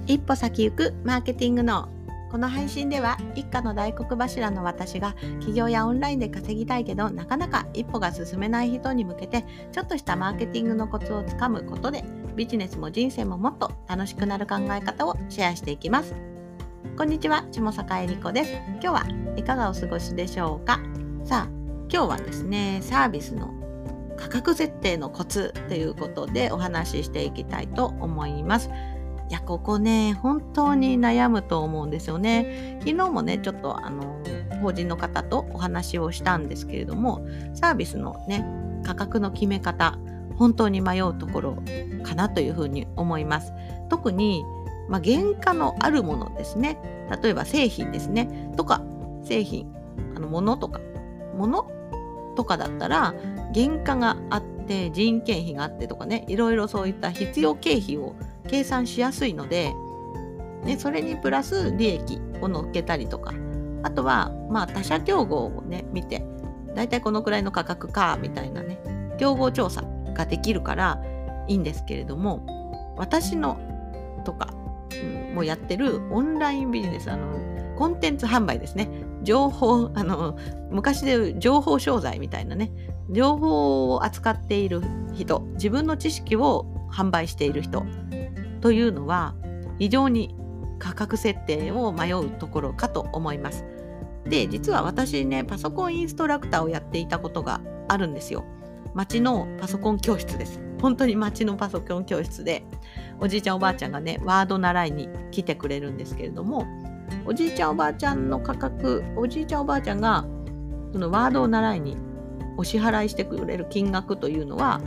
一歩先行くマーケティング脳。この配信では一家の大黒柱の私が起業やオンラインで稼ぎたいけどなかなか一歩が進めない人に向けてちょっとしたマーケティングのコツをつかむことでビジネスも人生ももっと楽しくなる考え方をシェアしていきます。こんにちは、下坂恵理子です。今日はいかがお過ごしでしょうか。さあ、今日はですね、サービスの価格設定のコツということでお話ししていきたいと思います。いや、ここね、本当に悩むと思うんですよね。昨日もね、ちょっと法人の方とお話をしたんですけれども、サービスのね、価格の決め方、本当に迷うところかなというふうに思います。特に、原価のあるものですね。例えば製品ですね。とか、製品、物とかだったら、原価があって、人件費があってとかね、いろいろそういった必要経費を計算しやすいので、それにプラス利益を乗っけたりとか、あとは他社競合をね見て、だいたいこのくらいの価格かみたいなね、競合調査ができるからいいんですけれども、私のとか、もうやってるオンラインビジネス、コンテンツ販売ですね。情報、昔でいう情報商材みたいなね、情報を扱っている人、自分の知識を販売している人というのは非常に価格設定を迷うところかと思います。で、実は私ね、パソコンインストラクターをやっていたことがあるんですよ。町のパソコン教室です。本当に町のパソコン教室で、おじいちゃんおばあちゃんがね、ワード習いに来てくれるんですけれども、おじいちゃんおばあちゃんの価格、おじいちゃんおばあちゃんがそのワードを習いにお支払いしてくれる金額というのは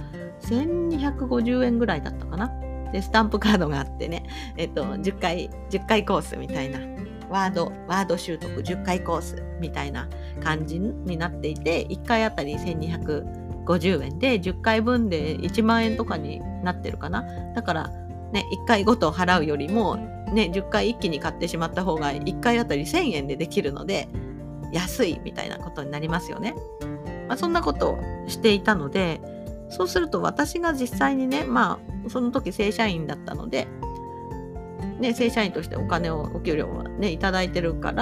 1250円ぐらいだったかな。で、スタンプカードがあってね、10回コースみたいな、ワード習得10回コースみたいな感じになっていて、1回あたり1250円で10回分で1万円とかになってるかな。だからね、1回ごと払うよりもね、10回一気に買ってしまった方が1回あたり1000円でできるので安いみたいなことになりますよね。そんなことをしていたので、そうすると私が実際にね、その時正社員だったので、正社員としてお給料をね、いただいてるから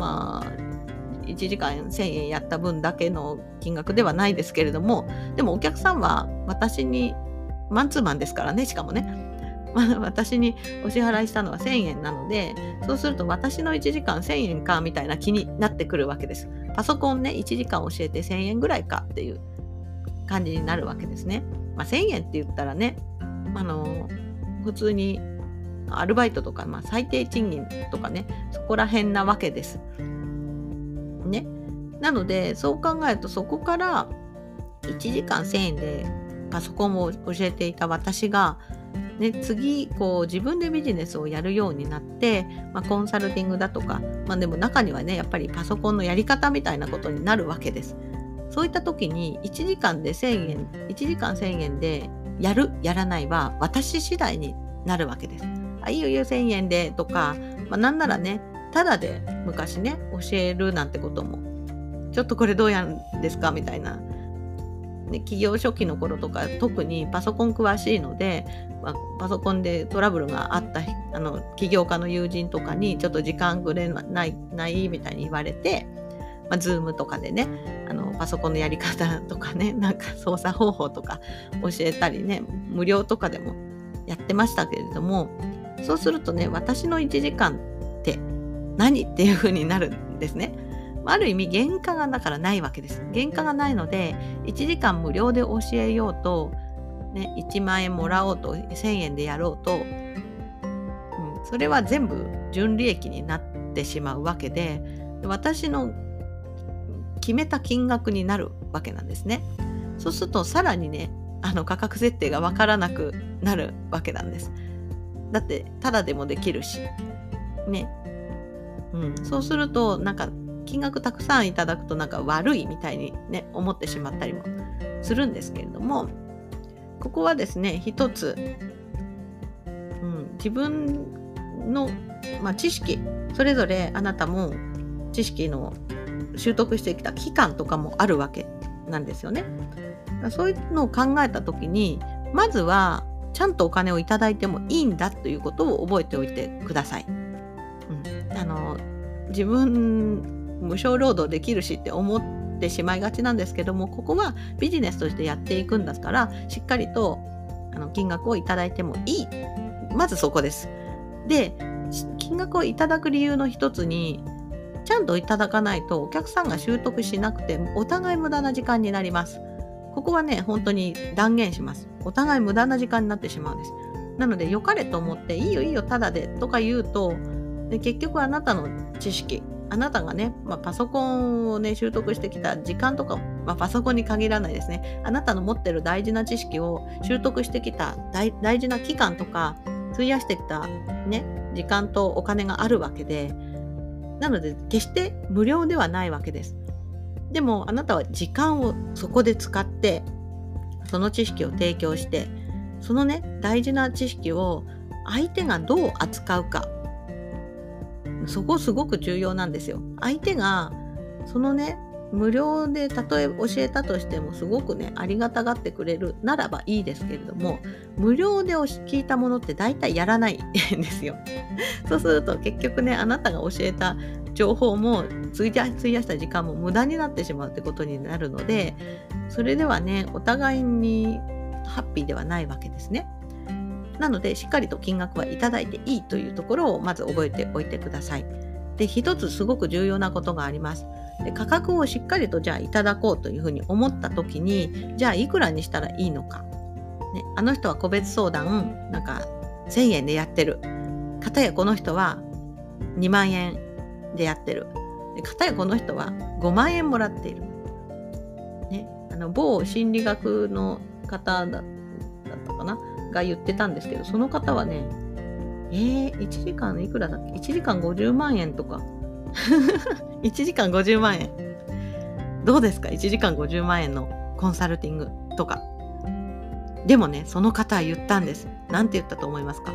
、1時間1000円やった分だけの金額ではないですけれども、でもお客さんは私にマンツーマンですからね、しかもね。私にお支払いしたのは1000円なので、そうすると私の1時間1000円かみたいな気になってくるわけです。パソコンね、1時間教えて1000円ぐらいかっていう感じになるわけですね。1000円って言ったらね、普通にアルバイトとか、最低賃金とかね、そこら辺なわけです。ね。なので、そう考えるとそこから1時間1000円でパソコンを教えていた私が、次自分でビジネスをやるようになって、コンサルティングだとか、でも中にはね、やっぱりパソコンのやり方みたいなことになるわけです。そういった時に1時間1000円でやるやらないは私次第になるわけです。いいよいいよ1000円でとか、なんならね、ただで昔ね教えるなんてことも、ちょっとこれどうやるんですかみたいな。起業初期の頃とか特にパソコン詳しいので、パソコンでトラブルがあった起業家の友人とかにちょっと時間くれないみたいに言われて、ズームとかでね、パソコンのやり方とかね、操作方法とか教えたりね、無料とかでもやってましたけれども、そうするとね、私の1時間って何っていう風になるんですね。ある意味原価がだからないわけです。原価がないので、1時間無料で教えようと、1万円もらおうと、1000円でやろうと、それは全部純利益になってしまうわけで、私の決めた金額になるわけなんですね。そうするとさらにね、価格設定がわからなくなるわけなんです。だってただでもできるしね、そうすると金額たくさんいただくと悪いみたいにね思ってしまったりもするんですけれども、ここはですね、一つ、自分の、知識、それぞれあなたも知識の習得してきた期間とかもあるわけなんですよね。そういうのを考えたときに、まずはちゃんとお金をいただいてもいいんだということを覚えておいてください。自分無償労働できるしって思ってしまいがちなんですけども、ここはビジネスとしてやっていくんだからしっかりと金額をいただいてもいい。まずそこです。で、金額をいただく理由の一つに、ちゃんといただかないとお客さんが習得しなくてお互い無駄な時間になります。ここはね、本当に断言します。お互い無駄な時間になってしまうんです。なので良かれと思っていいよいいよただでとか言うと、で結局あなたの知識、あなたがね、パソコンをね習得してきた時間とか、パソコンに限らないですね。あなたの持ってる大事な知識を習得してきた大事な期間とか費やしてきたね時間とお金があるわけで、なので決して無料ではないわけです。でもあなたは時間をそこで使ってその知識を提供して、そのね大事な知識を相手がどう扱うか、そこすごく重要なんですよ。相手がそのね無料でたとえ教えたとしてもすごくねありがたがってくれるならばいいですけれども、無料で聞いたものって大体やらないんですよ。そうすると結局ねあなたが教えた情報も費やした時間も無駄になってしまうってことになるので、それではねお互いにハッピーではないわけですね。なのでしっかりと金額はいただいていいというところをまず覚えておいてください。で、一つすごく重要なことがあります。で、価格をしっかりとじゃあいただこうというふうに思った時に、じゃあいくらにしたらいいのか、ね、あの人は個別相談なんか1000円でやってる、かたやこの人は2万円でやってる、でかたやこの人は5万円もらっている、ね、某心理学の方だったかなが言ってたんですけど、その方はね、1時間いくらだっけ ?1 時間50万円とか。1時間50万円。どうですか ?1 時間50万円のコンサルティングとか。でもね、その方は言ったんです。なんて言ったと思いますか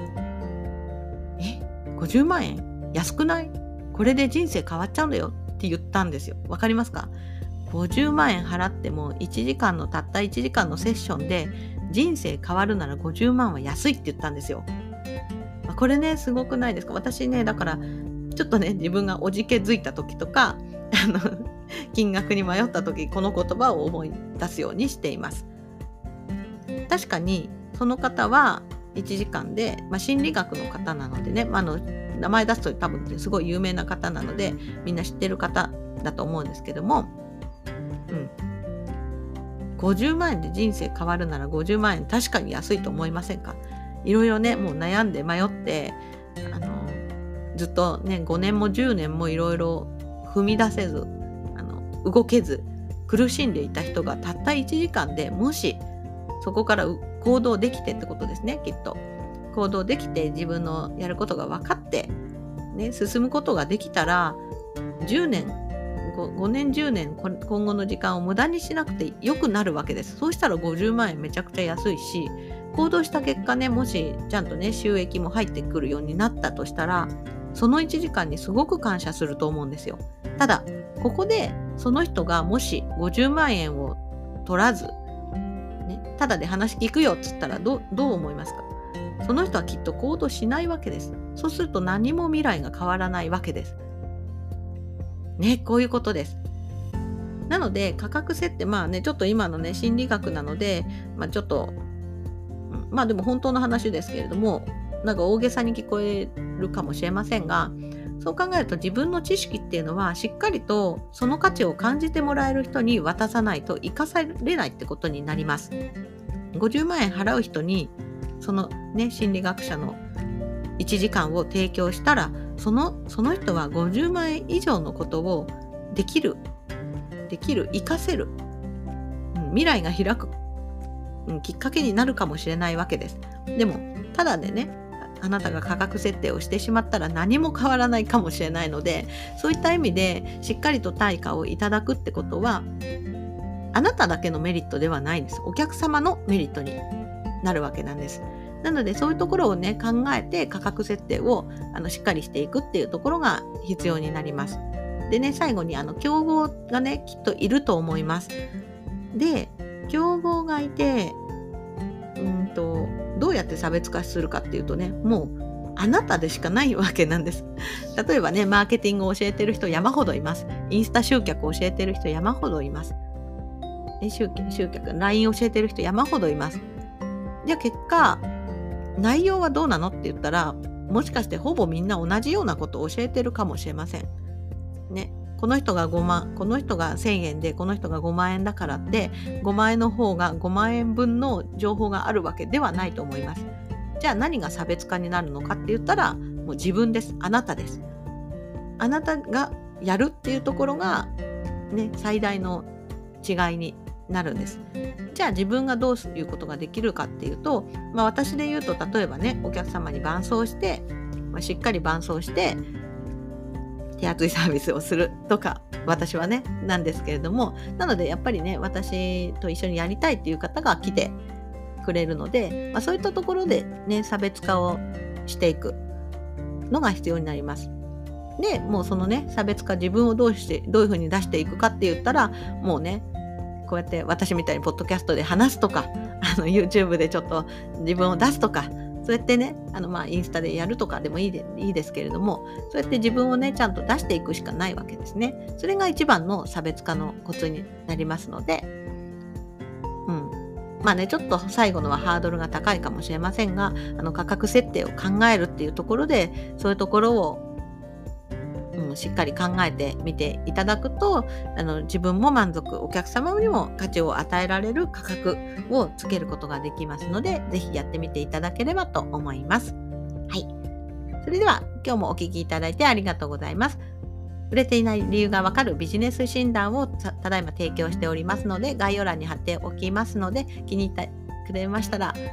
？50万円安くない？これで人生変わっちゃうんだよって言ったんですよ。わかりますか？50万円払ってもたった1時間のセッションで人生変わるなら50万は安いって言ったんですよ。これねすごくないですか？私ねだからちょっとね自分がおじけづいた時とか金額に迷った時この言葉を思い出すようにしています。確かにその方は1時間で、心理学の方なのでね、名前出すと多分すごい有名な方なのでみんな知ってる方だと思うんですけども、50万円で人生変わるなら50万円確かに安いと思いませんか？いろいろねもう悩んで迷ってずっとね5年も10年もいろいろ踏み出せず動けず苦しんでいた人がたった1時間でもしそこから行動できてってことですね。きっと行動できて自分のやることが分かって、ね、進むことができたら10年5年10年今後の時間を無駄にしなくてよくなるわけです。そうしたら50万円めちゃくちゃ安いし、行動した結果ねもしちゃんとね収益も入ってくるようになったとしたらその1時間にすごく感謝すると思うんですよ。ただここでその人がもし50万円を取らず、ね、ただで話聞くよっつったらどう思いますか？その人はきっと行動しないわけです。そうすると何も未来が変わらないわけです。ね、こういうことです。なので価格設定ちょっと今のね心理学なのでちょっとでも本当の話ですけれどもなんか大げさに聞こえるかもしれませんが、そう考えると自分の知識っていうのはしっかりとその価値を感じてもらえる人に渡さないと生かされないってことになります。50万円払う人にそのね心理学者の1時間を提供したらその人は50万円以上のことをできる活かせる、未来が開く、きっかけになるかもしれないわけです。でもただでねあなたが価格設定をしてしまったら何も変わらないかもしれないので、そういった意味でしっかりと対価をいただくってことはあなただけのメリットではないんです。お客様のメリットになるわけなんです。なのでそういうところをね考えて価格設定をしっかりしていくっていうところが必要になります。でね最後に競合がねきっといると思います。で競合がいてどううやって差別化するかっていうとね、もうあなたでしかないわけなんです。例えばね、マーケティングを教えてる人山ほどいます。インスタ集客を教えてる人山ほどいます。集客、LINE 教えてる人山ほどいます。じゃあ結果、内容はどうなのって言ったら、もしかしてほぼみんな同じようなことを教えてるかもしれません。ね。この人が5万、この人が1000円で、この人が5万円だからって、5万円の方が5万円分の情報があるわけではないと思います。じゃあ何が差別化になるのかって言ったら、もう自分です。あなたです。あなたがやるっていうところが、ね、最大の違いになるんです。じゃあ自分がどういうことができるかっていうと、私で言うと、例えばね、お客様に伴走して、しっかり伴走して手厚いサービスをするとか、私はねなんですけれども、なのでやっぱりね、私と一緒にやりたいっていう方が来てくれるので、そういったところでね、差別化をしていくのが必要になります。で、もうそのね、差別化、自分をどういうふうに出していくかって言ったら、もうね、こうやって私みたいにポッドキャストで話すとか、YouTube でちょっと自分を出すとか、そうやってね、インスタでやるとかでもいいですけれども、そうやって自分をね、ちゃんと出していくしかないわけですね。それが一番の差別化のコツになりますので、ちょっと最後のはハードルが高いかもしれませんが、価格設定を考えるっていうところで、そういうところをしっかり考えてみていただくと、自分も満足、お客様にも価値を与えられる価格をつけることができますので、ぜひやってみていただければと思います。はい。それでは今日もお聞きいただいてありがとうございます。売れていない理由がわかるビジネス診断をただいま提供しておりますので、概要欄に貼っておきますので、気に入ってくれましたら、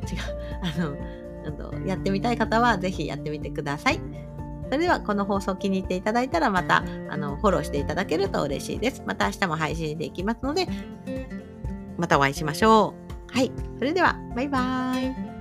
やってみたい方はぜひやってみてください。それではこの放送気に入っていただいたら、またフォローしていただけると嬉しいです。また明日も配信できますので、またお会いしましょう。はい。それではバイバーイ。